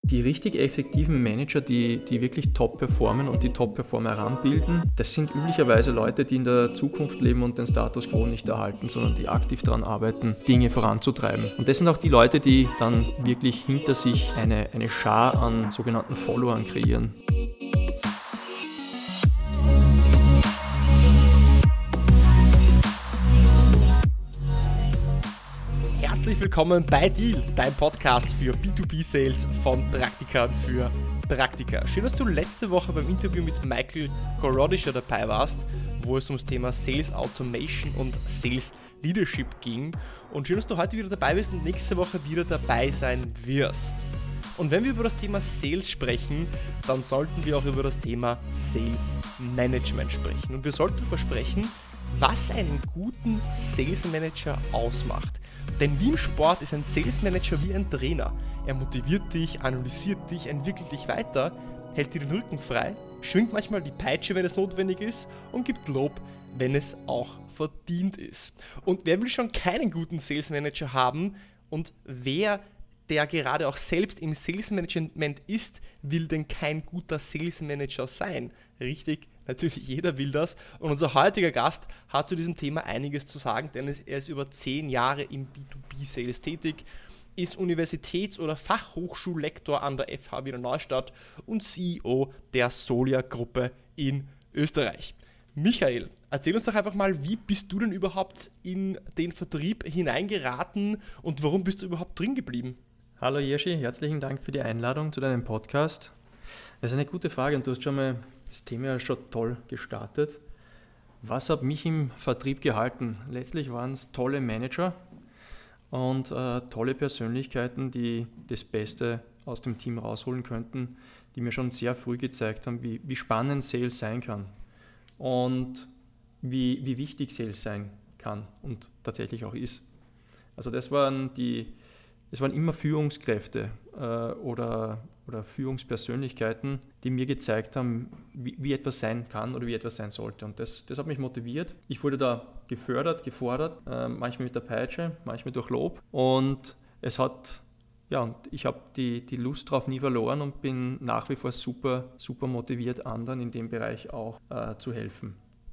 Die richtig effektiven Manager, die wirklich top performen und die Top-Performer heranbilden, das sind üblicherweise Leute, die in der Zukunft leben und den Status quo nicht erhalten, sondern die aktiv daran arbeiten, Dinge voranzutreiben. Und das sind auch die Leute, die dann wirklich hinter sich eine Schar an sogenannten Followern kreieren. Herzlich willkommen bei Deal, dein Podcast für B2B-Sales von Praktikern für Praktiker. Schön, dass du letzte Woche beim Interview mit Michael Gorodischer dabei warst, wo es ums Thema Sales Automation und Sales Leadership ging. Und schön, dass du heute wieder dabei bist und nächste Woche wieder dabei sein wirst. Und wenn wir über das Thema Sales sprechen, dann sollten wir auch über das Thema Sales Management sprechen. Und wir sollten darüber sprechen, was einen guten Sales Manager ausmacht. Denn wie im Sport ist ein Sales Manager wie ein Trainer. Er motiviert dich, analysiert dich, entwickelt dich weiter, hält dir den Rücken frei, schwingt manchmal die Peitsche, wenn es notwendig ist und gibt Lob, wenn es auch verdient ist. Und wer will schon keinen guten Sales Manager haben und wer, der gerade auch selbst im Sales Management ist, will denn kein guter Sales Manager sein? Richtig, natürlich jeder will das. Und unser heutiger Gast hat zu diesem Thema einiges zu sagen, denn er ist über 10 Jahre im B2B-Sales tätig, ist Universitäts- oder Fachhochschullektor an der FH Wiener Neustadt und CEO der Solia-Gruppe in Österreich. Michael, erzähl uns doch einfach mal, wie bist du denn überhaupt in den Vertrieb hineingeraten und warum bist du überhaupt drin geblieben? Hallo Jirschi, herzlichen Dank für die Einladung zu deinem Podcast. Das ist eine gute Frage und du hast schon mal das Thema ja schon toll gestartet. Was hat mich im Vertrieb gehalten? Letztlich waren es tolle Manager und tolle Persönlichkeiten, die das Beste aus dem Team rausholen könnten, die mir schon sehr früh gezeigt haben, wie spannend Sales sein kann und wie wichtig Sales sein kann und tatsächlich auch ist. Also das waren immer Führungskräfte oder Führungspersönlichkeiten, die mir gezeigt haben, wie etwas sein kann oder wie etwas sein sollte. Und das hat mich motiviert. Ich wurde da gefördert, gefordert, manchmal mit der Peitsche, manchmal durch Lob. Und ich habe die Lust drauf nie verloren und bin nach wie vor super, super motiviert, anderen in dem Bereich auch zu helfen.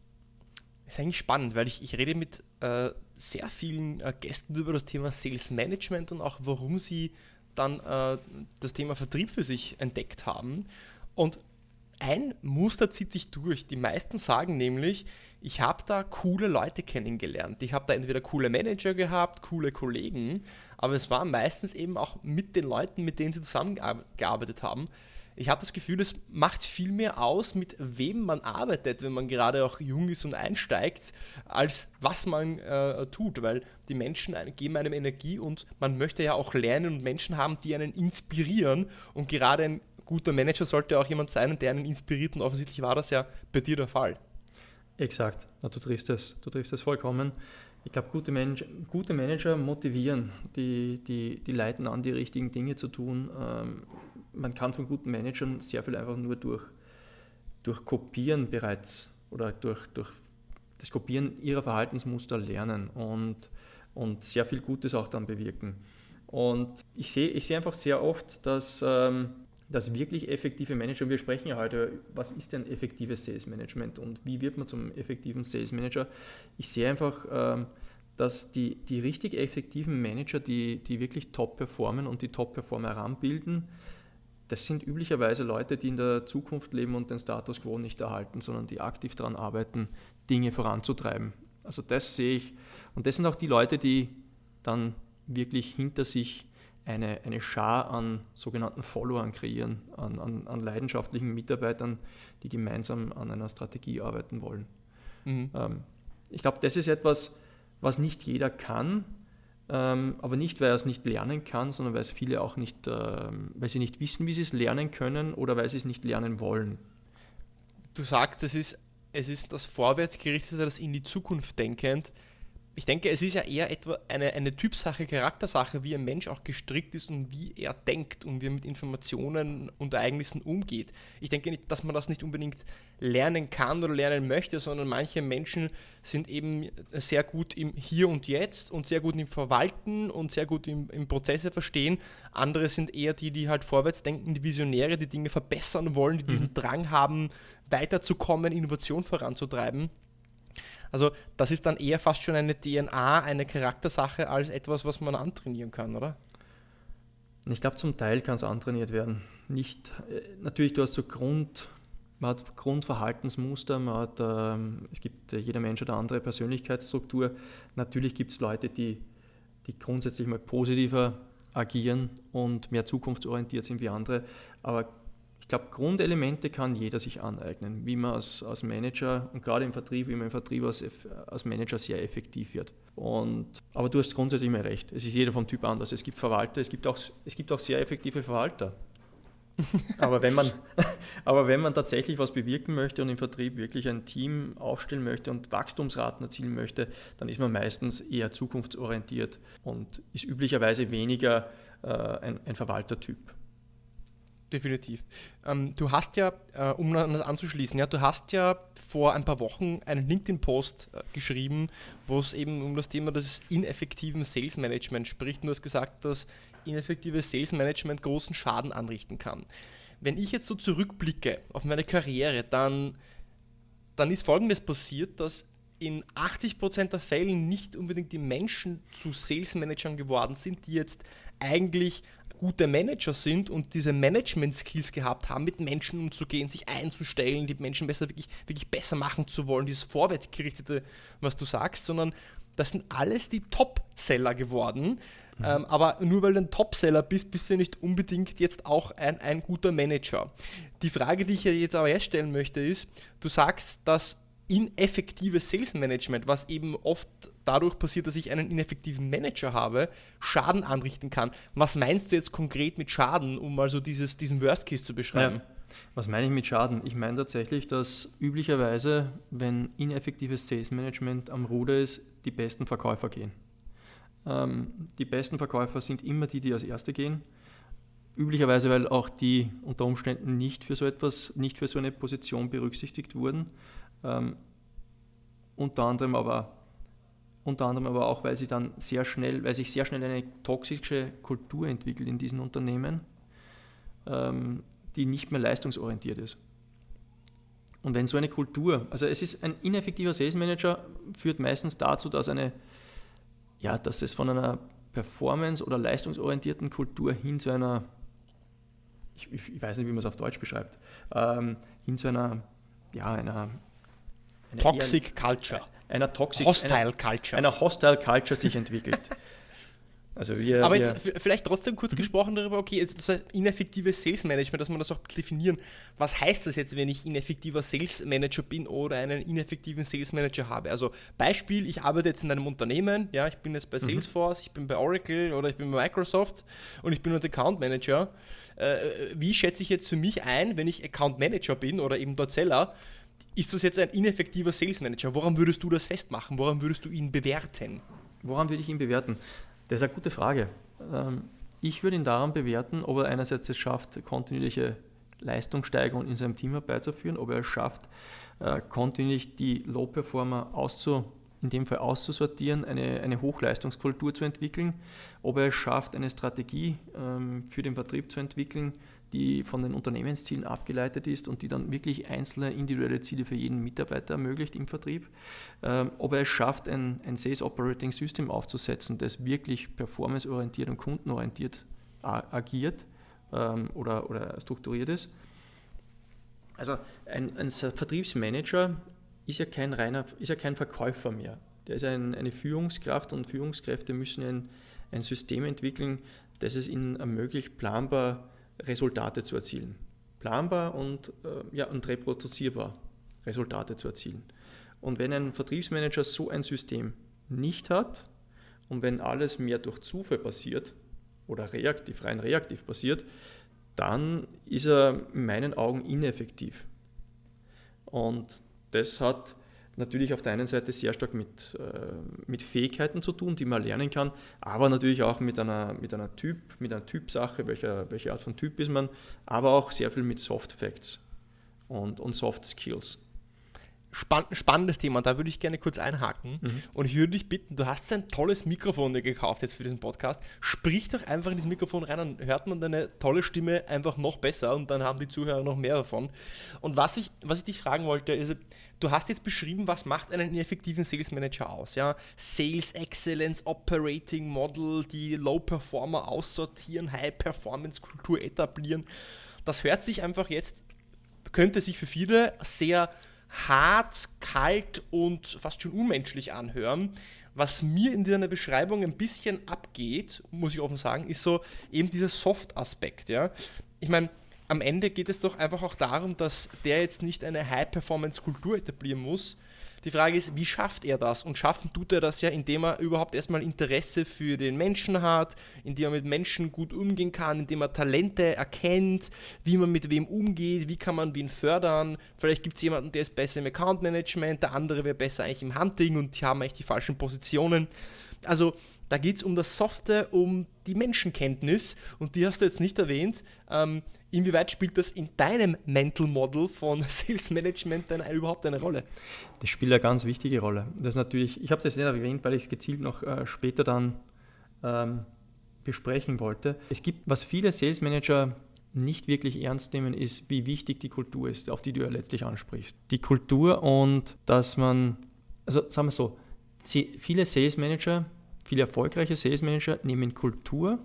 Das ist eigentlich spannend, weil ich rede mit sehr vielen Gästen über das Thema Sales Management und auch warum sie dann das Thema Vertrieb für sich entdeckt haben. Und ein Muster zieht sich durch. Die meisten sagen nämlich, ich habe da coole Leute kennengelernt. Ich habe da entweder coole Manager gehabt, coole Kollegen, aber es war meistens eben auch mit den Leuten, mit denen sie zusammengearbeitet haben. Ich habe das Gefühl, es macht viel mehr aus, mit wem man arbeitet, wenn man gerade auch jung ist und einsteigt, als was man tut, weil die Menschen geben einem Energie und man möchte ja auch lernen und Menschen haben, die einen inspirieren, und gerade ein guter Manager sollte auch jemand sein, der einen inspiriert, und offensichtlich war das ja bei dir der Fall. Exakt, du triffst es vollkommen. Ich glaube, gute Manager motivieren, die leiten an, die richtigen Dinge zu tun. Man kann von guten Managern sehr viel einfach nur durch Kopieren bereits oder durch das Kopieren ihrer Verhaltensmuster lernen und sehr viel Gutes auch dann bewirken. Und ich sehe einfach sehr oft, dass wirklich effektive Manager, wir sprechen ja heute, was ist denn effektives Sales Management und wie wird man zum effektiven Sales Manager? Ich sehe einfach, dass die richtig effektiven Manager, die wirklich top performen und die Top-Performer heranbilden, das sind üblicherweise Leute, die in der Zukunft leben und den Status quo nicht erhalten, sondern die aktiv daran arbeiten, Dinge voranzutreiben. Also das sehe ich. Und das sind auch die Leute, die dann wirklich hinter sich eine Schar an sogenannten Followern kreieren, an leidenschaftlichen Mitarbeitern, die gemeinsam an einer Strategie arbeiten wollen. Mhm. Ich glaube, das ist etwas, was nicht jeder kann, aber nicht, weil er es nicht lernen kann, sondern weil es viele auch nicht, weil sie nicht wissen, wie sie es lernen können oder weil sie es nicht lernen wollen. Du sagst, es ist das Vorwärtsgerichtete, das in die Zukunft denkend. ich denke, es ist ja eher etwa eine Typsache, Charaktersache, wie ein Mensch auch gestrickt ist und wie er denkt und wie er mit Informationen und Ereignissen umgeht. Ich denke nicht, dass man das nicht unbedingt lernen kann oder lernen möchte, sondern manche Menschen sind eben sehr gut im Hier und Jetzt und sehr gut im Verwalten und sehr gut im Prozesse verstehen. Andere sind eher die halt vorwärts denken, die Visionäre, die Dinge verbessern wollen, die diesen Drang haben, weiterzukommen, Innovation voranzutreiben. Also das ist dann eher fast schon eine DNA, eine Charaktersache, als etwas, was man antrainieren kann, oder? Ich glaube, zum Teil kann es antrainiert werden. Nicht, natürlich, du hast so man hat Grundverhaltensmuster, jeder Mensch hat eine andere Persönlichkeitsstruktur. Natürlich gibt es Leute, die grundsätzlich mal positiver agieren und mehr zukunftsorientiert sind wie andere, aber ich glaube, Grundelemente kann jeder sich aneignen, wie man als Manager und gerade im Vertrieb, wie man im Vertrieb als Manager sehr effektiv wird. Aber du hast grundsätzlich mal recht, es ist jeder vom Typ anders. Es gibt Verwalter, es gibt auch sehr effektive Verwalter. aber wenn man tatsächlich was bewirken möchte und im Vertrieb wirklich ein Team aufstellen möchte und Wachstumsraten erzielen möchte, dann ist man meistens eher zukunftsorientiert und ist üblicherweise weniger ein Verwaltertyp. Definitiv. Du hast ja, um das anzuschließen, du hast ja vor ein paar Wochen einen LinkedIn-Post geschrieben, wo es eben um das Thema des ineffektiven Sales Management spricht und du hast gesagt, dass ineffektives Sales Management großen Schaden anrichten kann. Wenn ich jetzt so zurückblicke auf meine Karriere, dann ist Folgendes passiert, dass in 80% der Fällen nicht unbedingt die Menschen zu Sales Managern geworden sind, die jetzt eigentlich gute Manager sind und diese Management-Skills gehabt haben, mit Menschen umzugehen, sich einzustellen, die Menschen wirklich besser machen zu wollen, dieses Vorwärtsgerichtete, was du sagst, sondern das sind alles die Top-Seller geworden. Aber nur weil du ein Top-Seller bist, bist du nicht unbedingt jetzt auch ein guter Manager. Die Frage, die ich jetzt aber erst stellen möchte, ist, du sagst, dass ineffektives Sales Management, was eben oft dadurch passiert, dass ich einen ineffektiven Manager habe, Schaden anrichten kann. Was meinst du jetzt konkret mit Schaden, um mal so diesen Worst Case zu beschreiben? Ja. Was meine ich mit Schaden? Ich meine tatsächlich, dass üblicherweise, wenn ineffektives Sales Management am Ruder ist, die besten Verkäufer gehen. Die besten Verkäufer sind immer die als Erste gehen. Üblicherweise, weil auch die unter Umständen nicht für so eine Position berücksichtigt wurden. Unter anderem aber auch, weil sich sehr schnell eine toxische Kultur entwickelt in diesen Unternehmen, die nicht mehr leistungsorientiert ist. Und wenn so eine Kultur, also es ist ein ineffektiver Sales Manager, führt meistens dazu, dass es von einer performance- oder leistungsorientierten Kultur hin zu einer, ich weiß nicht, wie man es auf Deutsch beschreibt, hin zu einer Toxic Culture. Einer Hostile Culture. Einer Hostile Culture sich entwickelt. Also aber jetzt vielleicht trotzdem kurz gesprochen darüber, okay, das heißt ineffektives Sales Management, dass man das auch definieren. Was heißt das jetzt, wenn ich ineffektiver Sales Manager bin oder einen ineffektiven Sales Manager habe? Also Beispiel, ich arbeite jetzt in einem Unternehmen, ja, ich bin jetzt bei Salesforce, ich bin bei Oracle oder ich bin bei Microsoft und ich bin ein Account Manager. Wie schätze ich jetzt für mich ein, wenn ich Account Manager bin oder eben dort Seller? Ist das jetzt ein ineffektiver Sales Manager? Woran würdest du das festmachen? Woran würdest du ihn bewerten? Woran würde ich ihn bewerten? Das ist eine gute Frage. Ich würde ihn daran bewerten, ob er einerseits es schafft, kontinuierliche Leistungssteigerung in seinem Team herbeizuführen, ob er es schafft, kontinuierlich die Low-Performer in dem Fall auszusortieren, eine Hochleistungskultur zu entwickeln, ob er es schafft, eine Strategie für den Vertrieb zu entwickeln, die von den Unternehmenszielen abgeleitet ist und die dann wirklich einzelne individuelle Ziele für jeden Mitarbeiter ermöglicht im Vertrieb, ob er es schafft, ein Sales Operating System aufzusetzen, das wirklich performanceorientiert und kundenorientiert agiert oder strukturiert ist. Also ein Vertriebsmanager ist ja kein Verkäufer mehr. Der ist eine Führungskraft und Führungskräfte müssen ein System entwickeln, das es ihnen ermöglicht, planbar Resultate zu erzielen. Planbar und reproduzierbar Resultate zu erzielen. Und wenn ein Vertriebsmanager so ein System nicht hat und wenn alles mehr durch Zufall passiert oder rein reaktiv passiert, dann ist er in meinen Augen ineffektiv. Und das hat natürlich auf der einen Seite sehr stark mit Fähigkeiten zu tun, die man lernen kann, aber natürlich auch mit einer Typsache, welche Art von Typ ist man, aber auch sehr viel mit Soft Facts und Soft Skills. Spannendes Thema, da würde ich gerne kurz einhaken und ich würde dich bitten, du hast ein tolles Mikrofon dir gekauft jetzt für diesen Podcast, sprich doch einfach in dieses Mikrofon rein, dann hört man deine tolle Stimme einfach noch besser und dann haben die Zuhörer noch mehr davon. Und was ich dich fragen wollte, ist, du hast jetzt beschrieben, was macht einen effektiven Sales Manager aus, ja? Sales Excellence, Operating Model, die Low Performer aussortieren, High Performance Kultur etablieren, das hört sich einfach jetzt, könnte sich für viele sehr hart, kalt und fast schon unmenschlich anhören. Was mir in deiner Beschreibung ein bisschen abgeht, muss ich offen sagen, ist so eben dieser Soft-Aspekt. Ja? Ich meine, am Ende geht es doch einfach auch darum, dass der jetzt nicht eine High-Performance-Kultur etablieren muss. Die Frage ist, wie schafft er das? Und schaffen tut er das ja, indem er überhaupt erstmal Interesse für den Menschen hat, indem er mit Menschen gut umgehen kann, indem er Talente erkennt, wie man mit wem umgeht, wie kann man wen fördern. Vielleicht gibt es jemanden, der ist besser im Account Management, der andere wäre besser eigentlich im Hunting und die haben eigentlich die falschen Positionen. Also da geht es um das Softe, um die Menschenkenntnis und die hast du jetzt nicht erwähnt. Inwieweit spielt das in deinem Mental Model von Sales Management denn überhaupt eine Rolle? Das spielt eine ganz wichtige Rolle. Das natürlich, ich habe das nicht erwähnt, weil ich es gezielt noch später dann besprechen wollte. Es gibt, was viele Sales Manager nicht wirklich ernst nehmen, ist, wie wichtig die Kultur ist, auf die du ja letztlich ansprichst. Die Kultur und dass man, also sagen wir so, viele Sales Manager, viele erfolgreiche Sales Manager nehmen Kultur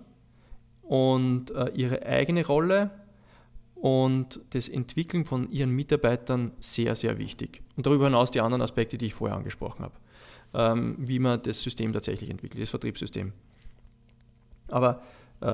und ihre eigene Rolle und das Entwickeln von ihren Mitarbeitern sehr, sehr wichtig. Und darüber hinaus die anderen Aspekte, die ich vorher angesprochen habe, wie man das System tatsächlich entwickelt, das Vertriebssystem. Aber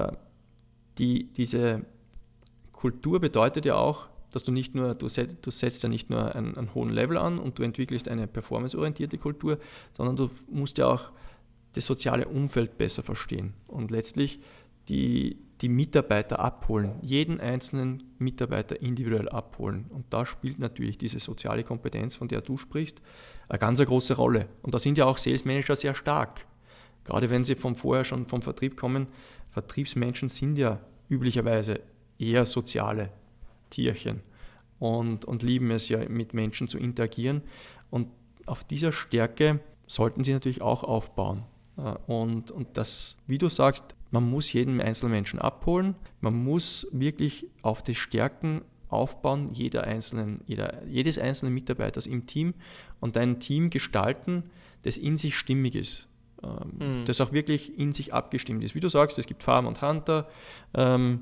diese Kultur bedeutet ja auch, dass du setzt ja nicht nur einen hohen Level an und du entwickelst eine performanceorientierte Kultur, sondern du musst ja auch das soziale Umfeld besser verstehen und letztlich die Mitarbeiter abholen, jeden einzelnen Mitarbeiter individuell abholen. Und da spielt natürlich diese soziale Kompetenz, von der du sprichst, eine ganz große Rolle. Und da sind ja auch Sales Manager sehr stark. Gerade wenn sie vorher schon vom Vertrieb kommen, Vertriebsmenschen sind ja üblicherweise eher soziale Tierchen und lieben es ja, mit Menschen zu interagieren. Und auf dieser Stärke sollten sie natürlich auch aufbauen. Und das, wie du sagst, man muss jeden einzelnen Menschen abholen, man muss wirklich auf die Stärken aufbauen, jedes einzelnen Mitarbeiters im Team und ein Team gestalten, das in sich stimmig ist, das auch wirklich in sich abgestimmt ist. Wie du sagst, es gibt Farmer und Hunter, man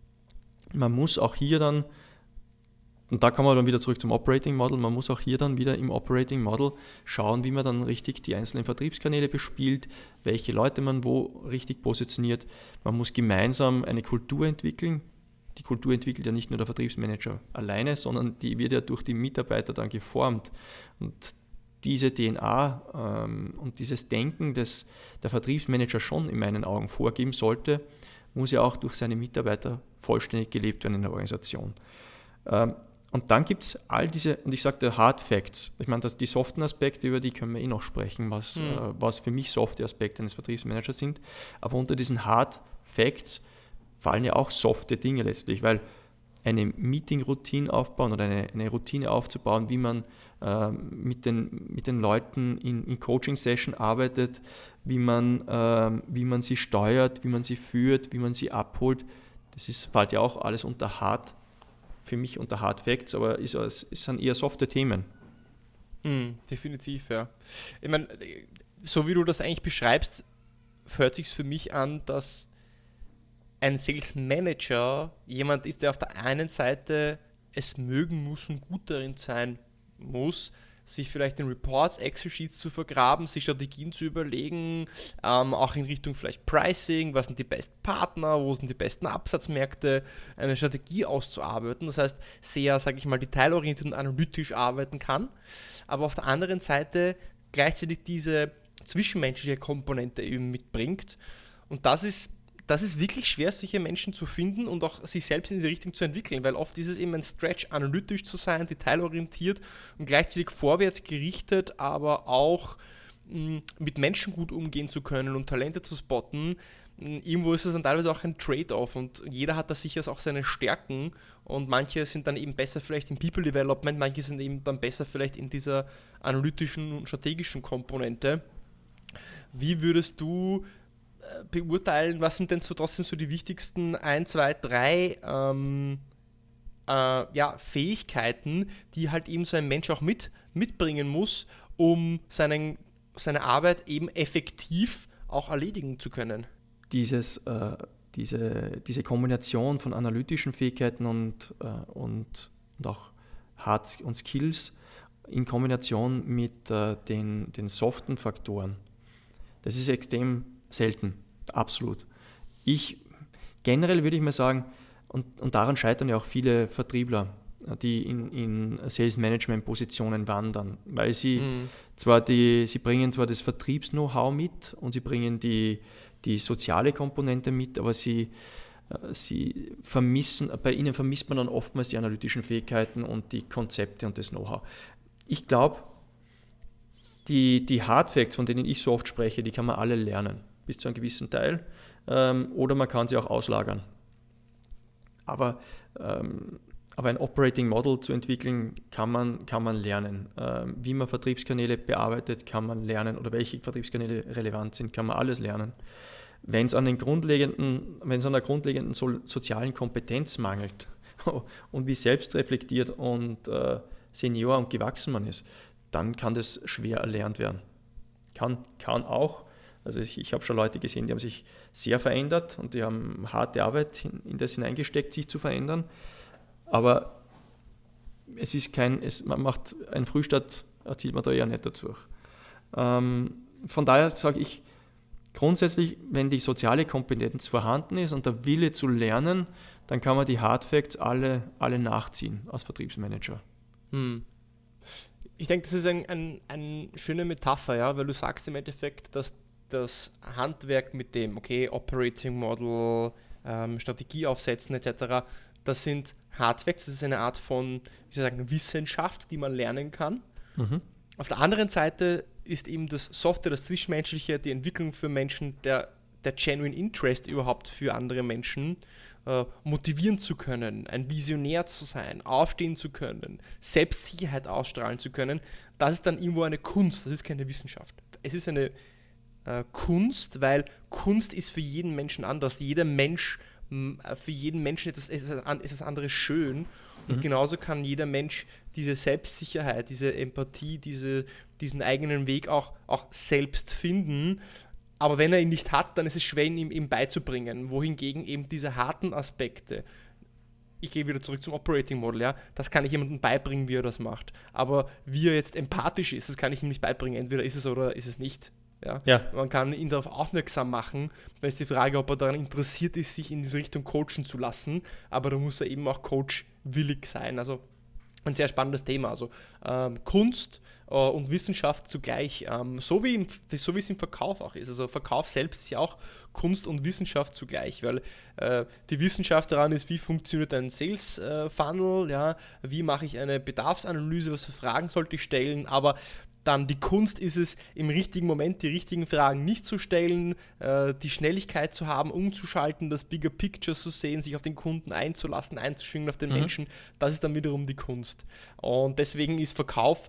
muss auch hier dann, und da kommen wir dann wieder zurück zum Operating Model, man muss auch hier dann wieder im Operating Model schauen, wie man dann richtig die einzelnen Vertriebskanäle bespielt, welche Leute man wo richtig positioniert. Man muss gemeinsam eine Kultur entwickeln. Die Kultur entwickelt ja nicht nur der Vertriebsmanager alleine, sondern die wird ja durch die Mitarbeiter dann geformt. Und diese DNA und dieses Denken, das der Vertriebsmanager schon in meinen Augen vorgeben sollte, muss ja auch durch seine Mitarbeiter vollständig gelebt werden in der Organisation. Und dann gibt es all diese, und ich sagte Hard Facts, ich meine, die soften Aspekte, über die können wir noch sprechen, was für mich softe Aspekte eines Vertriebsmanagers sind, aber unter diesen Hard Facts fallen ja auch softe Dinge letztlich, weil eine Meeting-Routine aufbauen oder eine Routine aufzubauen, wie man mit den Leuten in Coaching-Session arbeitet, wie man sie steuert, wie man sie führt, wie man sie abholt, fällt ja auch alles für mich unter Hard Facts, aber es sind eher softe Themen. Definitiv, ja. Ich meine, so wie du das eigentlich beschreibst, hört sich für mich an, dass ein Sales Manager jemand ist, der auf der einen Seite es mögen muss und gut darin sein muss, sich vielleicht in Reports, Excel-Sheets zu vergraben, sich Strategien zu überlegen, auch in Richtung vielleicht Pricing, was sind die besten Partner, wo sind die besten Absatzmärkte, eine Strategie auszuarbeiten, das heißt sehr, sage ich mal, detailorientiert und analytisch arbeiten kann, aber auf der anderen Seite gleichzeitig diese zwischenmenschliche Komponente eben mitbringt und das ist das ist wirklich schwer, solche Menschen zu finden und auch sich selbst in diese Richtung zu entwickeln, weil oft ist es eben ein Stretch, analytisch zu sein, detailorientiert und gleichzeitig vorwärts gerichtet, aber auch mit Menschen gut umgehen zu können und Talente zu spotten. Irgendwo ist es dann teilweise auch ein Trade-off und jeder hat da sicher auch seine Stärken und manche sind dann eben besser vielleicht im People Development, manche sind eben dann besser vielleicht in dieser analytischen und strategischen Komponente. Wie würdest du beurteilen, was sind denn so trotzdem so die wichtigsten 1, 2, 3 Fähigkeiten, die halt eben so ein Mensch auch mitbringen muss, um seine Arbeit eben effektiv auch erledigen zu können? Diese Kombination von analytischen Fähigkeiten und auch Hard- und Skills in Kombination mit den soften Faktoren, das ist extrem selten, absolut. Generell würde ich mal sagen, und daran scheitern ja auch viele Vertriebler, die in Sales-Management-Positionen wandern, weil sie bringen zwar das Vertriebs-Know-how mit und sie bringen die soziale Komponente mit, aber sie bei ihnen vermisst man dann oftmals die analytischen Fähigkeiten und die Konzepte und das Know-how. Ich glaube, die Hard Facts, von denen ich so oft spreche, die kann man alle lernen, bis zu einem gewissen Teil, oder man kann sie auch auslagern. Aber ein Operating Model zu entwickeln, kann man lernen. Wie man Vertriebskanäle bearbeitet, kann man lernen, oder welche Vertriebskanäle relevant sind, kann man alles lernen. Wenn es an einer grundlegenden sozialen Kompetenz mangelt und wie selbstreflektiert und senior und gewachsen man ist, dann kann das schwer erlernt werden. Kann auch. Also ich habe schon Leute gesehen, die haben sich sehr verändert und die haben harte Arbeit in das hineingesteckt, sich zu verändern. Aber man macht einen Frühstart, erzielt man da eher nicht dazu. Von daher sage ich grundsätzlich, wenn die soziale Kompetenz vorhanden ist und der Wille zu lernen, dann kann man die Hard Facts alle nachziehen als Vertriebsmanager. Ich denke, das ist eine schöne Metapher, ja, weil du sagst im Endeffekt, dass das Handwerk mit dem, Operating Model, Strategie aufsetzen etc., das sind Hardfacts, das ist eine Art von, Wissenschaft, die man lernen kann. Auf der anderen Seite ist eben das Software, das Zwischenmenschliche, die Entwicklung für Menschen, der Genuine Interest überhaupt für andere Menschen, motivieren zu können, ein Visionär zu sein, aufstehen zu können, Selbstsicherheit ausstrahlen zu können, das ist dann irgendwo eine Kunst, das ist keine Wissenschaft. Es ist eine Kunst, weil Kunst ist für jeden Menschen anders. Für jeden Menschen ist das andere schön und genauso kann jeder Mensch diese Selbstsicherheit, diese Empathie, diesen eigenen Weg auch selbst finden. Aber wenn er ihn nicht hat, dann ist es schwer, ihn ihm beizubringen. Wohingegen eben diese harten Aspekte, ich gehe wieder zurück zum Operating Model, ja, das kann ich jemandem beibringen, wie er das macht. Aber wie er jetzt empathisch ist, das kann ich ihm nicht beibringen. Entweder ist es oder ist es nicht. Ja. Man kann ihn darauf aufmerksam machen. Dann ist die Frage, ob er daran interessiert ist, sich in diese Richtung coachen zu lassen. Aber da muss er eben auch coachwillig sein. Also ein sehr spannendes Thema. Also Kunst und Wissenschaft zugleich. So wie es im Verkauf auch ist. Also Verkauf selbst ist ja auch Kunst und Wissenschaft zugleich, weil die Wissenschaft daran ist, wie funktioniert ein Sales-Funnel, ja, wie mache ich eine Bedarfsanalyse, was für Fragen sollte ich stellen, aber dann die Kunst ist es, im richtigen Moment die richtigen Fragen nicht zu stellen, die Schnelligkeit zu haben, umzuschalten, das Bigger Picture zu sehen, sich auf den Kunden einzulassen, einzuschwingen auf den Menschen. Das ist dann wiederum die Kunst. Und deswegen ist Verkauf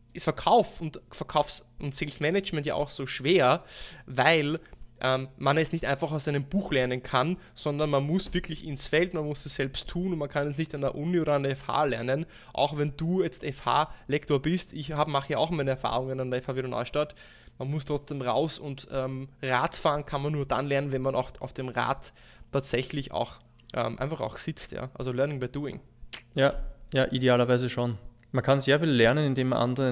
und Verkaufs- und Sales Management ja auch so schwer, weil man es nicht einfach aus einem Buch lernen kann, sondern man muss wirklich ins Feld, man muss es selbst tun und man kann es nicht an der Uni oder an der FH lernen. Auch wenn du jetzt FH-Lektor bist, mache ja auch meine Erfahrungen an der FH Wiener Neustadt. Man muss trotzdem raus und Radfahren kann man nur dann lernen, wenn man auch auf dem Rad tatsächlich auch einfach auch sitzt. Ja? Also Learning by Doing. Ja, idealerweise schon. Man kann sehr viel lernen, indem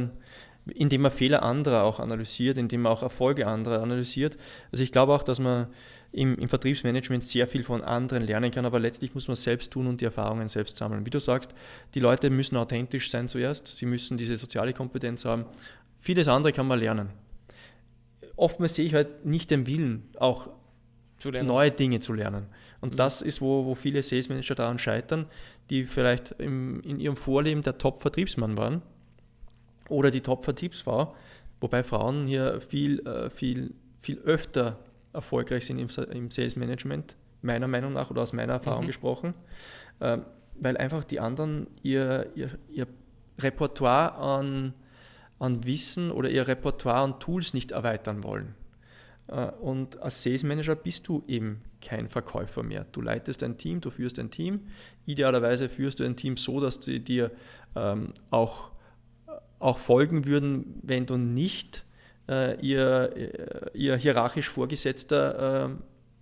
man Fehler anderer auch analysiert, indem man auch Erfolge anderer analysiert. Also ich glaube auch, dass man im Vertriebsmanagement sehr viel von anderen lernen kann, aber letztlich muss man es selbst tun und die Erfahrungen selbst sammeln. Wie du sagst, die Leute müssen authentisch sein zuerst, sie müssen diese soziale Kompetenz haben. Vieles andere kann man lernen. Oftmals sehe ich halt nicht den Willen, auch neue Dinge zu lernen. Und das ist, wo viele Sales Manager daran scheitern, die vielleicht in ihrem Vorleben der Top-Vertriebsmann waren oder die Top-Vertriebsfrau, wobei Frauen hier viel öfter erfolgreich sind im Sales Management, meiner Meinung nach oder aus meiner Erfahrung gesprochen, weil einfach die anderen ihr Repertoire an Wissen oder ihr Repertoire an Tools nicht erweitern wollen. Und als Sales Manager bist du eben kein Verkäufer mehr. Du leitest ein Team, du führst ein Team. Idealerweise führst du ein Team so, dass sie dir auch folgen würden, wenn du nicht ihr hierarchisch Vorgesetzter,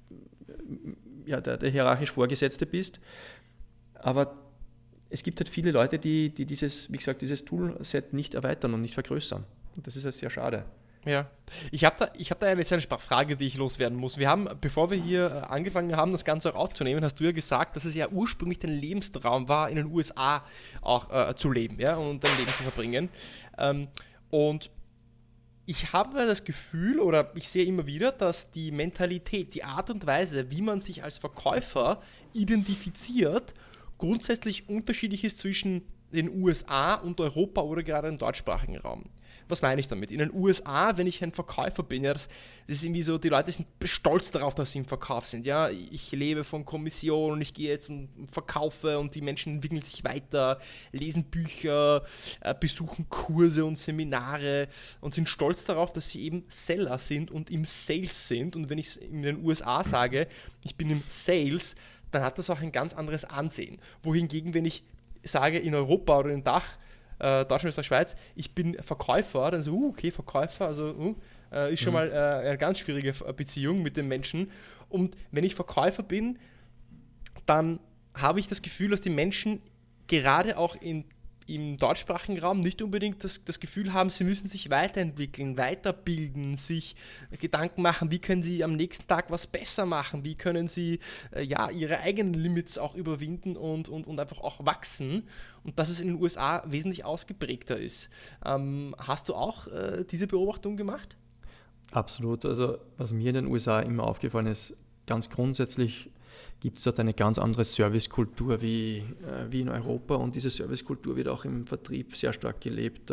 der hierarchisch Vorgesetzte bist. Aber es gibt halt viele Leute, die dieses Toolset nicht erweitern und nicht vergrößern. Und das ist halt sehr schade. Ja, ich hab da jetzt eine Frage, die ich loswerden muss. Wir haben, bevor wir hier angefangen haben, das Ganze auch aufzunehmen, hast du ja gesagt, dass es ja ursprünglich dein Lebenstraum war, in den USA auch zu leben, ja, und dein Leben zu verbringen. Und ich habe das Gefühl, oder ich sehe immer wieder, dass die Mentalität, die Art und Weise, wie man sich als Verkäufer identifiziert, grundsätzlich unterschiedlich ist zwischen den USA und Europa oder gerade im deutschsprachigen Raum. Was meine ich damit? In den USA, wenn ich ein Verkäufer bin, ja, das ist irgendwie so, die Leute sind stolz darauf, dass sie im Verkauf sind. Ja? Ich lebe von Kommission und ich gehe jetzt und verkaufe und die Menschen entwickeln sich weiter, lesen Bücher, besuchen Kurse und Seminare und sind stolz darauf, dass sie eben Seller sind und im Sales sind. Und wenn ich in den USA sage, ich bin im Sales, dann hat das auch ein ganz anderes Ansehen. Wohingegen, wenn ich sage, in Europa oder in Deutschland, Österreich, Schweiz, ich bin Verkäufer, dann so, okay, Verkäufer, also ist schon mal eine ganz schwierige Beziehung mit den Menschen. Und wenn ich Verkäufer bin, dann habe ich das Gefühl, dass die Menschen gerade auch im deutschsprachigen Raum nicht unbedingt das Gefühl haben, sie müssen sich weiterentwickeln, weiterbilden, sich Gedanken machen, wie können sie am nächsten Tag was besser machen, wie können sie ihre eigenen Limits auch überwinden und einfach auch wachsen. Und dass es in den USA wesentlich ausgeprägter ist. Hast du auch diese Beobachtung gemacht? Absolut. Also was mir in den USA immer aufgefallen ist, ganz grundsätzlich gibt es dort eine ganz andere Servicekultur wie in Europa, und diese Servicekultur wird auch im Vertrieb sehr stark gelebt.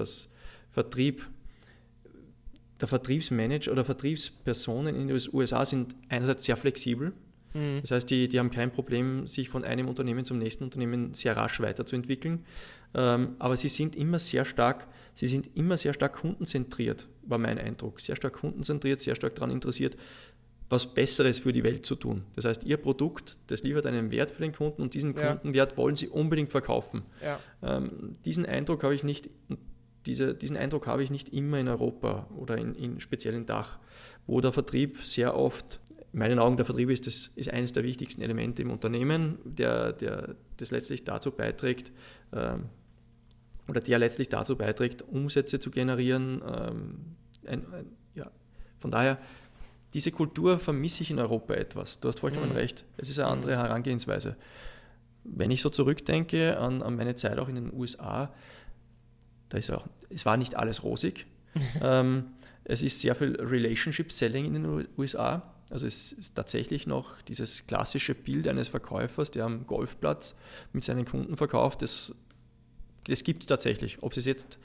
Der Vertriebsmanager oder Vertriebspersonen in den USA sind einerseits sehr flexibel. Das heißt, die haben kein Problem, sich von einem Unternehmen zum nächsten Unternehmen sehr rasch weiterzuentwickeln. Aber sie sind immer sehr stark kundenzentriert, war mein Eindruck. Sehr stark kundenzentriert, sehr stark daran interessiert, was Besseres für die Welt zu tun. Das heißt, ihr Produkt, das liefert einen Wert für den Kunden, und diesen Kundenwert wollen sie unbedingt verkaufen. Ja. Diesen Eindruck habe ich nicht immer in Europa oder speziell in Dach, wo der Vertrieb sehr oft, in meinen Augen, der Vertrieb ist eines der wichtigsten Elemente im Unternehmen, der letztlich dazu beiträgt, Umsätze zu generieren. Von daher, diese Kultur vermisse ich in Europa etwas. Du hast vollkommen recht. Es ist eine andere Herangehensweise. Wenn ich so zurückdenke an meine Zeit auch in den USA, es war nicht alles rosig. Es ist sehr viel Relationship-Selling in den USA. Also es ist tatsächlich noch dieses klassische Bild eines Verkäufers, der am Golfplatz mit seinen Kunden verkauft. Das gibt es tatsächlich. Ob es jetzt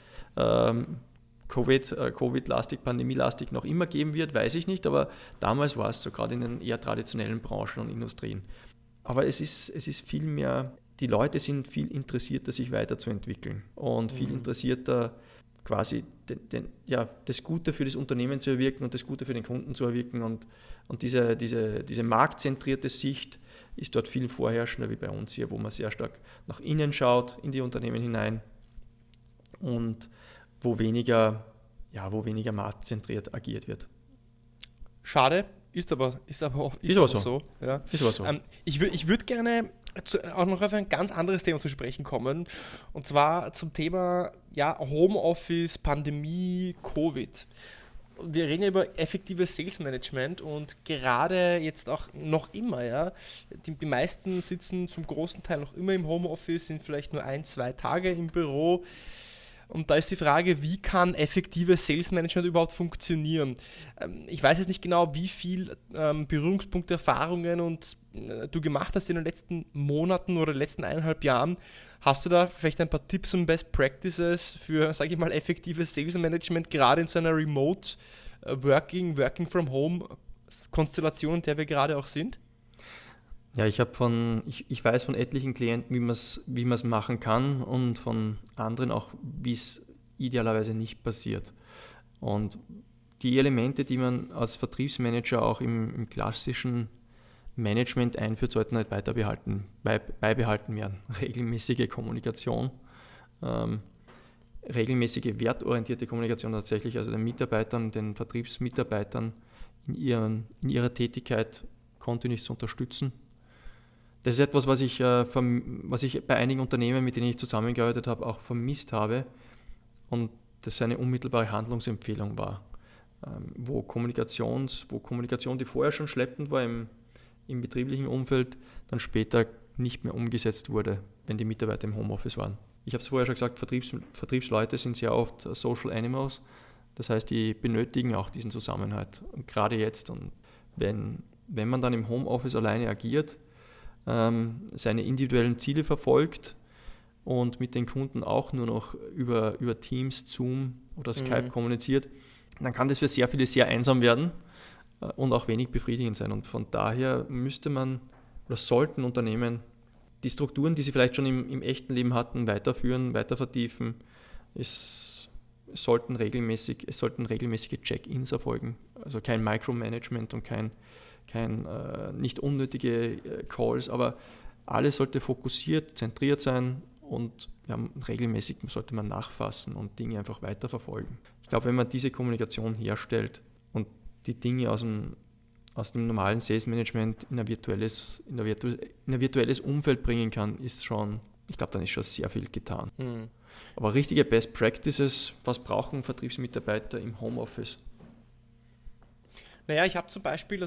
Covid-lastig, Pandemie-lastig noch immer geben wird, weiß ich nicht, aber damals war es so, gerade in den eher traditionellen Branchen und Industrien. Aber es ist viel mehr, die Leute sind viel interessierter, sich weiterzuentwickeln und viel interessierter, quasi das Gute für das Unternehmen zu erwirken und das Gute für den Kunden zu erwirken, und diese marktzentrierte Sicht ist dort viel vorherrschender wie bei uns hier, wo man sehr stark nach innen schaut, in die Unternehmen hinein, und wo weniger marktzentriert agiert wird. Schade, ist aber so. Ja. Ist aber so. Ich würde gerne auch noch auf ein ganz anderes Thema zu sprechen kommen, und zwar zum Thema Homeoffice, Pandemie, Covid. Wir reden ja über effektives Sales Management, und gerade jetzt auch noch immer, die meisten sitzen zum großen Teil noch immer im Homeoffice, sind vielleicht nur 1-2 Tage im Büro. Und da ist die Frage, wie kann effektives Sales Management überhaupt funktionieren? Ich weiß jetzt nicht genau, wie viel Berührungspunkte, Erfahrungen du gemacht hast in den letzten Monaten oder den letzten 1,5 Jahren. Hast du da vielleicht ein paar Tipps und Best Practices für, sage ich mal, effektives Sales Management, gerade in so einer Remote Working from Home Konstellation, in der wir gerade auch sind? Ja, ich weiß von etlichen Klienten, wie man es machen kann und von anderen auch, wie es idealerweise nicht passiert. Und die Elemente, die man als Vertriebsmanager auch im klassischen Management einführt, sollten halt beibehalten werden. Regelmäßige Kommunikation, regelmäßige wertorientierte Kommunikation tatsächlich, also den Mitarbeitern, den Vertriebsmitarbeitern in ihrer Tätigkeit kontinuierlich zu unterstützen. Das ist etwas, was ich bei einigen Unternehmen, mit denen ich zusammengearbeitet habe, auch vermisst habe und das eine unmittelbare Handlungsempfehlung war, wo Kommunikation, die vorher schon schleppend war im betrieblichen Umfeld, dann später nicht mehr umgesetzt wurde, wenn die Mitarbeiter im Homeoffice waren. Ich habe es vorher schon gesagt, Vertriebsleute sind sehr oft Social Animals, das heißt, die benötigen auch diesen Zusammenhalt, und gerade jetzt. Und wenn man dann im Homeoffice alleine agiert, seine individuellen Ziele verfolgt und mit den Kunden auch nur noch über Teams, Zoom oder Skype kommuniziert, dann kann das für sehr viele sehr einsam werden und auch wenig befriedigend sein. Und von daher sollten Unternehmen die Strukturen, die sie vielleicht schon im echten Leben hatten, weiterführen, weiter vertiefen. Es sollten regelmäßige Check-ins erfolgen, also kein Micromanagement und kein nicht unnötige Calls, aber alles sollte fokussiert, zentriert sein und regelmäßig sollte man nachfassen und Dinge einfach weiterverfolgen. Ich glaube, wenn man diese Kommunikation herstellt und die Dinge aus dem normalen Sales Management in ein virtuelles Umfeld bringen kann, dann ist schon sehr viel getan. Mhm. Aber richtige Best Practices, was brauchen Vertriebsmitarbeiter im Homeoffice? Naja, ich habe zum Beispiel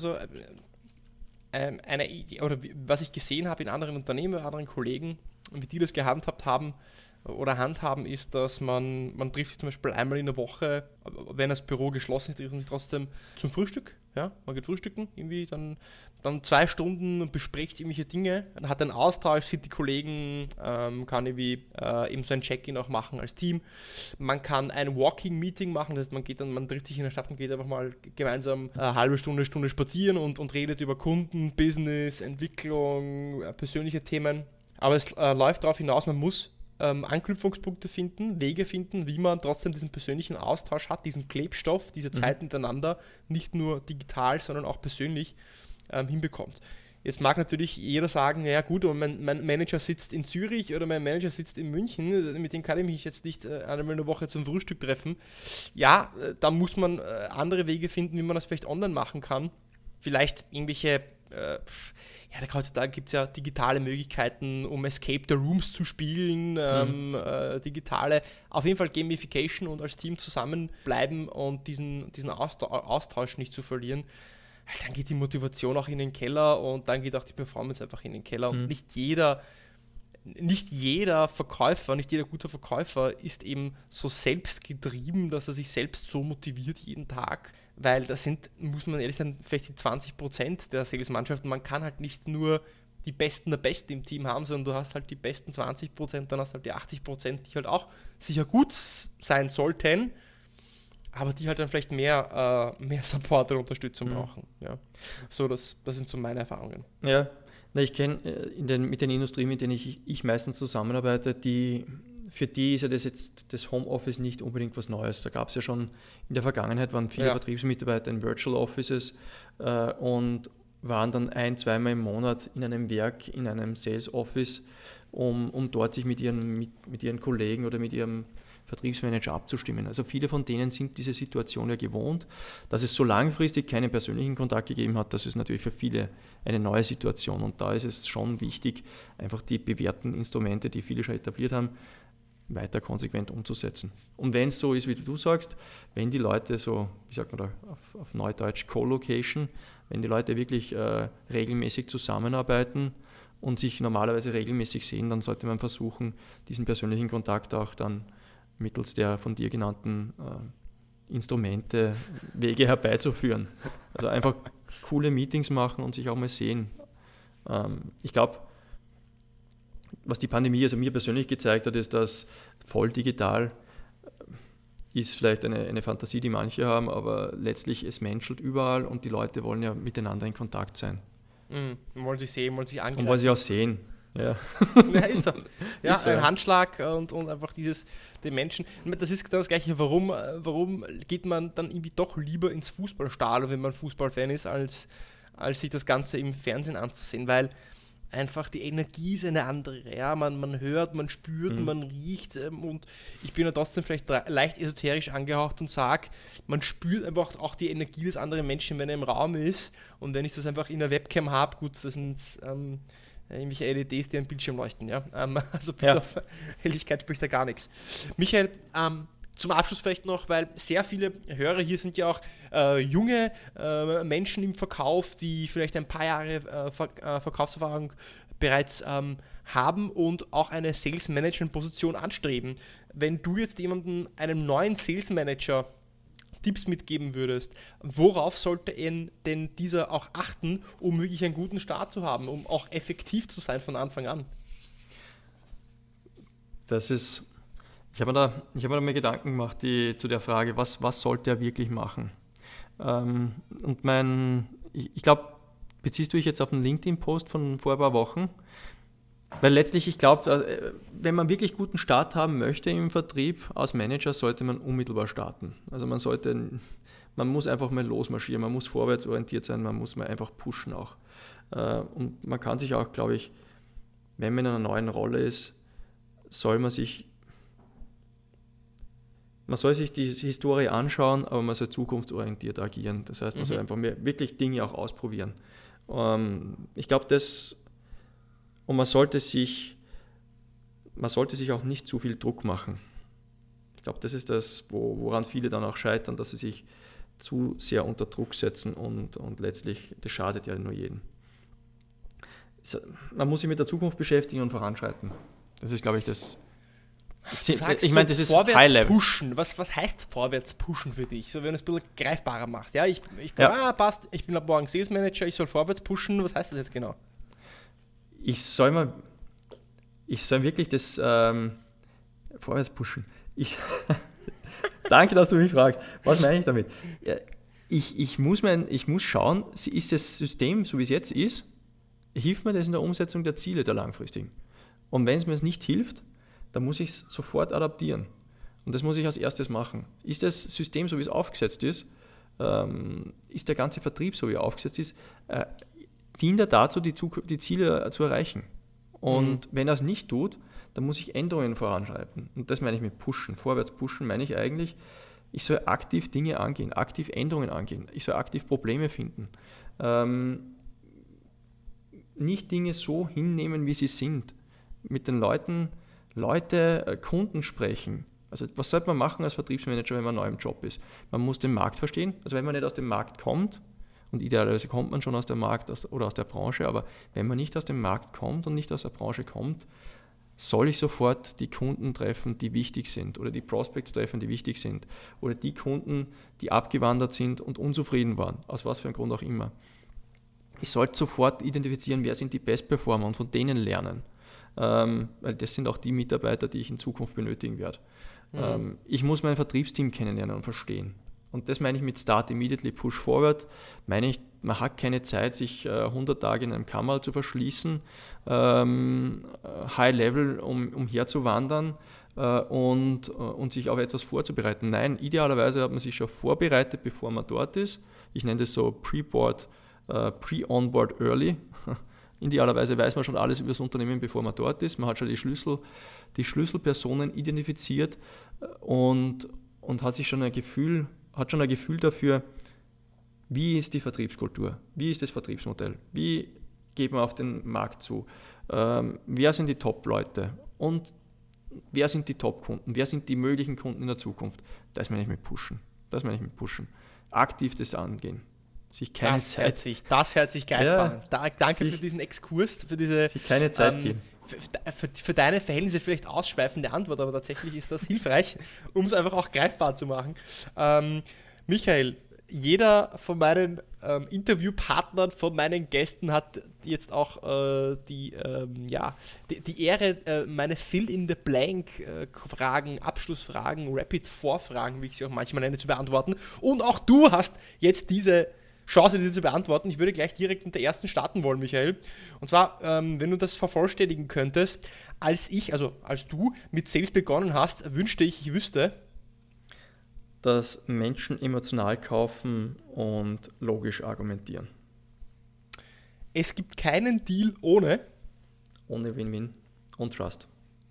eine Idee, oder was ich gesehen habe in anderen Unternehmen, anderen Kollegen, wie die das gehandhabt haben oder handhaben, ist, dass man trifft sich zum Beispiel einmal in der Woche, wenn das Büro geschlossen ist, trifft man sich trotzdem zum Frühstück. Ja, man geht frühstücken, irgendwie dann 2 Stunden und bespricht irgendwelche Dinge, hat einen Austausch, sieht die Kollegen, kann irgendwie eben so ein Check-in auch machen als Team. Man kann ein Walking-Meeting machen, das heißt, man trifft sich in der Stadt und geht einfach mal gemeinsam eine halbe Stunde spazieren und redet über Kunden, Business, Entwicklung, persönliche Themen. Aber es läuft darauf hinaus, man muss Anknüpfungspunkte finden, Wege finden, wie man trotzdem diesen persönlichen Austausch hat, diesen Klebstoff, diese Zeit miteinander, nicht nur digital, sondern auch persönlich hinbekommt. Jetzt mag natürlich jeder sagen, ja gut, aber mein Manager sitzt in Zürich oder mein Manager sitzt in München, mit dem kann ich mich jetzt nicht einmal in der Woche zum Frühstück treffen. Ja, da muss man andere Wege finden, wie man das vielleicht online machen kann. Vielleicht irgendwelche da gibt es ja digitale Möglichkeiten, um Escape the Rooms zu spielen, digitale, auf jeden Fall Gamification und als Team zusammenbleiben und diesen Austausch nicht zu verlieren. Dann geht die Motivation auch in den Keller und dann geht auch die Performance einfach in den Keller. Und nicht jeder Verkäufer, nicht jeder gute Verkäufer ist eben so selbstgetrieben, dass er sich selbst so motiviert jeden Tag, weil das sind, muss man ehrlich sagen, vielleicht die 20% der Sales-Mannschaft. Man kann halt nicht nur die Besten der Besten im Team haben, sondern du hast halt die besten 20%, dann hast du halt die 80%, die halt auch sicher gut sein sollten, aber die halt dann vielleicht mehr Support und Unterstützung brauchen. Ja. So, das sind so meine Erfahrungen. Ja. Ich kenne mit den Industrien, mit denen ich meistens zusammenarbeite, für die ist ja das Homeoffice nicht unbedingt was Neues. Da gab es ja schon in der Vergangenheit, waren viele Vertriebsmitarbeiter in Virtual Offices und waren dann 1-2 Mal im Monat in einem Werk, in einem Sales Office, um dort sich mit ihren Kollegen oder mit ihrem Vertriebsmanager abzustimmen. Also viele von denen sind diese Situation ja gewohnt. Dass es so langfristig keinen persönlichen Kontakt gegeben hat, das ist natürlich für viele eine neue Situation. Und da ist es schon wichtig, einfach die bewährten Instrumente, die viele schon etabliert haben, weiter konsequent umzusetzen. Und wenn es so ist, wie du sagst, wenn die Leute so, wie sagt man da auf Neudeutsch, Co-Location, wenn die Leute wirklich regelmäßig zusammenarbeiten und sich normalerweise regelmäßig sehen, dann sollte man versuchen, diesen persönlichen Kontakt auch dann mittels der von dir genannten Instrumente, Wege herbeizuführen. Also einfach coole Meetings machen und sich auch mal sehen. Ich glaube, was die Pandemie also mir persönlich gezeigt hat, ist, dass voll digital ist vielleicht eine Fantasie, die manche haben, aber letztlich es menschelt überall und die Leute wollen ja miteinander in Kontakt sein. Wollen sich sehen, wollen sich angreifen. Und wollen sich auch sehen. Ja, ja ist so. Ja, ist so. ein Handschlag und einfach den Menschen. Das ist genau das Gleiche. Warum geht man dann irgendwie doch lieber ins Fußballstadion, wenn man Fußballfan ist, als sich das Ganze im Fernsehen anzusehen? Weil einfach die Energie ist eine andere. Ja? Man hört, man spürt, man riecht und ich bin ja trotzdem vielleicht leicht esoterisch angehaucht und sage, man spürt einfach auch die Energie des anderen Menschen, wenn er im Raum ist, und wenn ich das einfach in der Webcam habe, gut, das sind irgendwelche LEDs, die am Bildschirm leuchten. Ja? Also bis auf Helligkeit spricht da gar nichts. Michael, zum Abschluss vielleicht noch, weil sehr viele Hörer hier sind ja auch junge Menschen im Verkauf, die vielleicht ein paar Jahre Verkaufserfahrung bereits haben und auch eine Sales Management Position anstreben. Wenn du jetzt einem neuen Sales Manager Tipps mitgeben würdest, worauf sollte denn dieser auch achten, um wirklich einen guten Start zu haben, um auch effektiv zu sein von Anfang an? Ich habe mir da mal Gedanken gemacht zu der Frage, was sollte er wirklich machen? Und ich glaube, beziehst du dich jetzt auf einen LinkedIn-Post von vor ein paar Wochen? Weil letztlich, ich glaube, wenn man wirklich guten Start haben möchte im Vertrieb, als Manager sollte man unmittelbar starten. Also man muss einfach mal losmarschieren, man muss vorwärtsorientiert sein, man muss mal einfach pushen auch. Und man kann sich auch, glaube ich, wenn man in einer neuen Rolle ist, man soll sich die Historie anschauen, aber man soll zukunftsorientiert agieren. Das heißt, man soll einfach wirklich Dinge auch ausprobieren. Ich glaube, und man sollte sich auch nicht zu viel Druck machen. Ich glaube, das ist das, woran viele dann auch scheitern, dass sie sich zu sehr unter Druck setzen und letztlich, das schadet ja nur jedem. Man muss sich mit der Zukunft beschäftigen und voranschreiten. Das ist, glaube ich, das. Ich meine, das ist High-Level. Pushen. Was heißt vorwärts pushen für dich? So, wenn du es ein bisschen greifbarer machst. Ja, passt, ich bin ab morgen Sales Manager, ich soll vorwärts pushen. Was heißt das jetzt genau? Ich soll wirklich das vorwärts pushen. Danke, dass du mich fragst. Was meine ich damit? Ich muss schauen, ist das System, so wie es jetzt ist, hilft mir das in der Umsetzung der Ziele der langfristigen. Und wenn es mir nicht hilft, dann muss ich es sofort adaptieren. Und das muss ich als erstes machen. Ist das System, so wie es aufgesetzt ist, ist der ganze Vertrieb, so wie er aufgesetzt ist, dient er dazu, die Ziele zu erreichen. Und wenn er es nicht tut, dann muss ich Änderungen voranschreiten. Und das meine ich mit pushen. Vorwärts pushen meine ich eigentlich, ich soll aktiv Dinge angehen, aktiv Änderungen angehen. Ich soll aktiv Probleme finden. Nicht Dinge so hinnehmen, wie sie sind. Mit den Kunden sprechen. Also was sollte man machen als Vertriebsmanager, wenn man neu im Job ist? Man muss den Markt verstehen. Also wenn man nicht aus dem Markt kommt, und idealerweise kommt man schon aus dem Markt oder aus der Branche, aber wenn man nicht aus dem Markt kommt und nicht aus der Branche kommt, soll ich sofort die Kunden treffen, die wichtig sind, oder die Prospects treffen, die wichtig sind, oder die Kunden, die abgewandert sind und unzufrieden waren, aus was für einem Grund auch immer. Ich sollte sofort identifizieren, wer sind die Best-Performer und von denen lernen. Weil das sind auch die Mitarbeiter, die ich in Zukunft benötigen werde. Ich muss mein Vertriebsteam kennenlernen und verstehen. Und das meine ich mit Start Immediately, Push Forward. Meine ich, man hat keine Zeit, sich 100 Tage in einem Kammerl zu verschließen, High Level umherzuwandern und sich auf etwas vorzubereiten. Nein, idealerweise hat man sich schon vorbereitet, bevor man dort ist. Ich nenne das so Pre-Onboard Early. Idealerweise weiß man schon alles über das Unternehmen, bevor man dort ist. Man hat schon die Schlüsselpersonen identifiziert und hat schon ein Gefühl dafür, wie ist die Vertriebskultur, wie ist das Vertriebsmodell, wie geht man auf den Markt zu, wer sind die Top-Leute und wer sind die Top-Kunden, wer sind die möglichen Kunden in der Zukunft. Das meine ich mit pushen. Aktiv das angehen. Das hört sich greifbar an. Danke für diesen Exkurs, für diese sich keine Zeit geben. Für deine Verhältnisse vielleicht ausschweifende Antwort, aber tatsächlich ist das hilfreich, um es einfach auch greifbar zu machen. Michael, jeder von meinen Interviewpartnern, von meinen Gästen hat jetzt auch die Ehre, meine Fill-in-the-Blank-Fragen, Abschlussfragen, Rapid-4-Fragen, wie ich sie auch manchmal nenne, zu beantworten. Und auch du hast jetzt diese Chance, diese zu beantworten. Ich würde gleich direkt mit der ersten starten wollen, Michael. Und zwar, wenn du das vervollständigen könntest, als du mit Sales begonnen hast, wünschte ich wüsste, dass Menschen emotional kaufen und logisch argumentieren. Es gibt keinen Deal ohne Win-Win und Trust.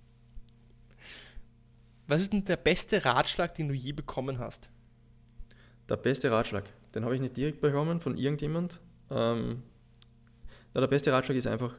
Was ist denn der beste Ratschlag, den du je bekommen hast? Der beste Ratschlag, den habe ich nicht direkt bekommen von irgendjemand. Der beste Ratschlag ist einfach,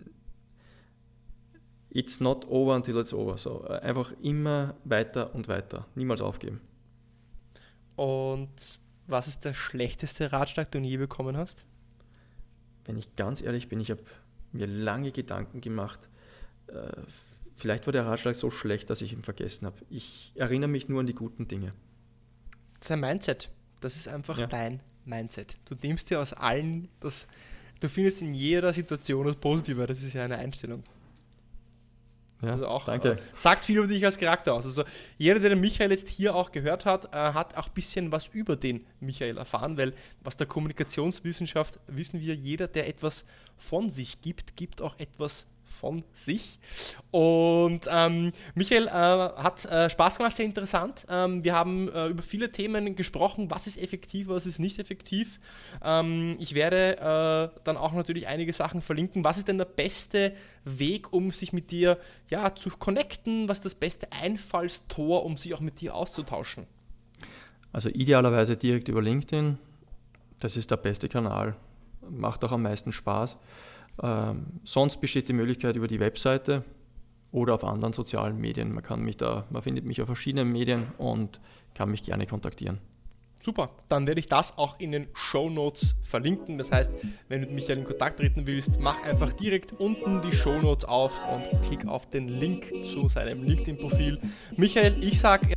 it's not over until it's over. So, einfach immer weiter und weiter, niemals aufgeben. Und was ist der schlechteste Ratschlag, den du je bekommen hast? Wenn ich ganz ehrlich bin, ich habe mir lange Gedanken gemacht. Vielleicht war der Ratschlag so schlecht, dass ich ihn vergessen habe. Ich erinnere mich nur an die guten Dinge. Das ist ein Mindset. Das ist einfach dein Mindset. Du nimmst dir aus allen, du findest in jeder Situation das Positive. Das ist ja eine Einstellung. Ja, also auch, danke. Sagt viel über dich als Charakter aus. Also jeder, der den Michael jetzt hier auch gehört hat, hat auch ein bisschen was über den Michael erfahren, weil aus der Kommunikationswissenschaft wissen wir, jeder, der etwas von sich gibt, gibt auch etwas von sich. Und Michael hat Spaß gemacht, sehr interessant. Wir haben über viele Themen gesprochen, was ist effektiv, was ist nicht effektiv. Ich werde dann auch natürlich einige Sachen verlinken. Was ist denn der beste Weg, um sich mit dir zu connecten? Was ist das beste Einfallstor, um sich auch mit dir auszutauschen? Also idealerweise direkt über LinkedIn. Das ist der beste Kanal. Macht auch am meisten Spaß. Sonst besteht die Möglichkeit über die Webseite oder auf anderen sozialen Medien. Man findet mich auf verschiedenen Medien und kann mich gerne kontaktieren. Super, dann werde ich das auch in den Shownotes verlinken. Das heißt, wenn du mit Michael in Kontakt treten willst, mach einfach direkt unten die Shownotes auf und klick auf den Link zu seinem LinkedIn-Profil. Michael, ich sage...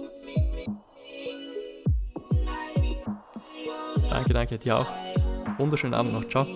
Danke, dir auch. Wunderschönen Abend noch. Ciao.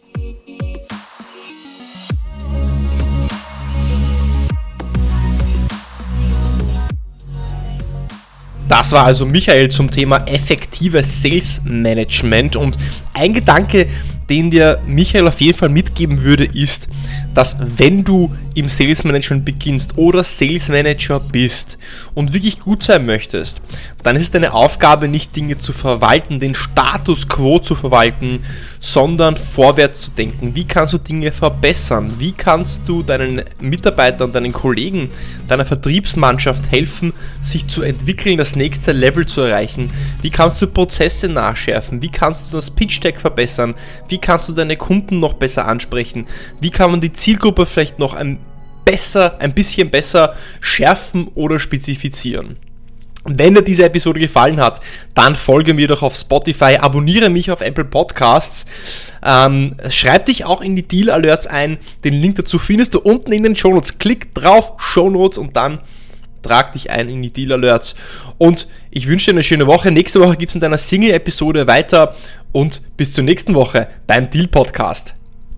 Das war also Michael zum Thema effektives Sales Management, und ein Gedanke, den dir Michael auf jeden Fall mitgeben würde, ist, dass wenn du im Sales Management beginnst oder Sales Manager bist und wirklich gut sein möchtest, dann ist es deine Aufgabe, nicht Dinge zu verwalten, den Status Quo zu verwalten, sondern vorwärts zu denken. Wie kannst du Dinge verbessern? Wie kannst du deinen Mitarbeitern, deinen Kollegen, deiner Vertriebsmannschaft helfen, sich zu entwickeln, das nächste Level zu erreichen? Wie kannst du Prozesse nachschärfen? Wie kannst du das Pitch-Deck verbessern? Wie kannst du deine Kunden noch besser ansprechen? Wie kann man die Zielgruppe vielleicht noch ein bisschen besser schärfen oder spezifizieren? Wenn dir diese Episode gefallen hat, dann folge mir doch auf Spotify, abonniere mich auf Apple Podcasts, schreib dich auch in die Deal Alerts ein, den Link dazu findest du unten in den Shownotes, klick drauf, Shownotes, und dann trag dich ein in die Deal Alerts. Und ich wünsche dir eine schöne Woche. Nächste Woche geht es mit einer Single-Episode weiter und bis zur nächsten Woche beim Deal Podcast.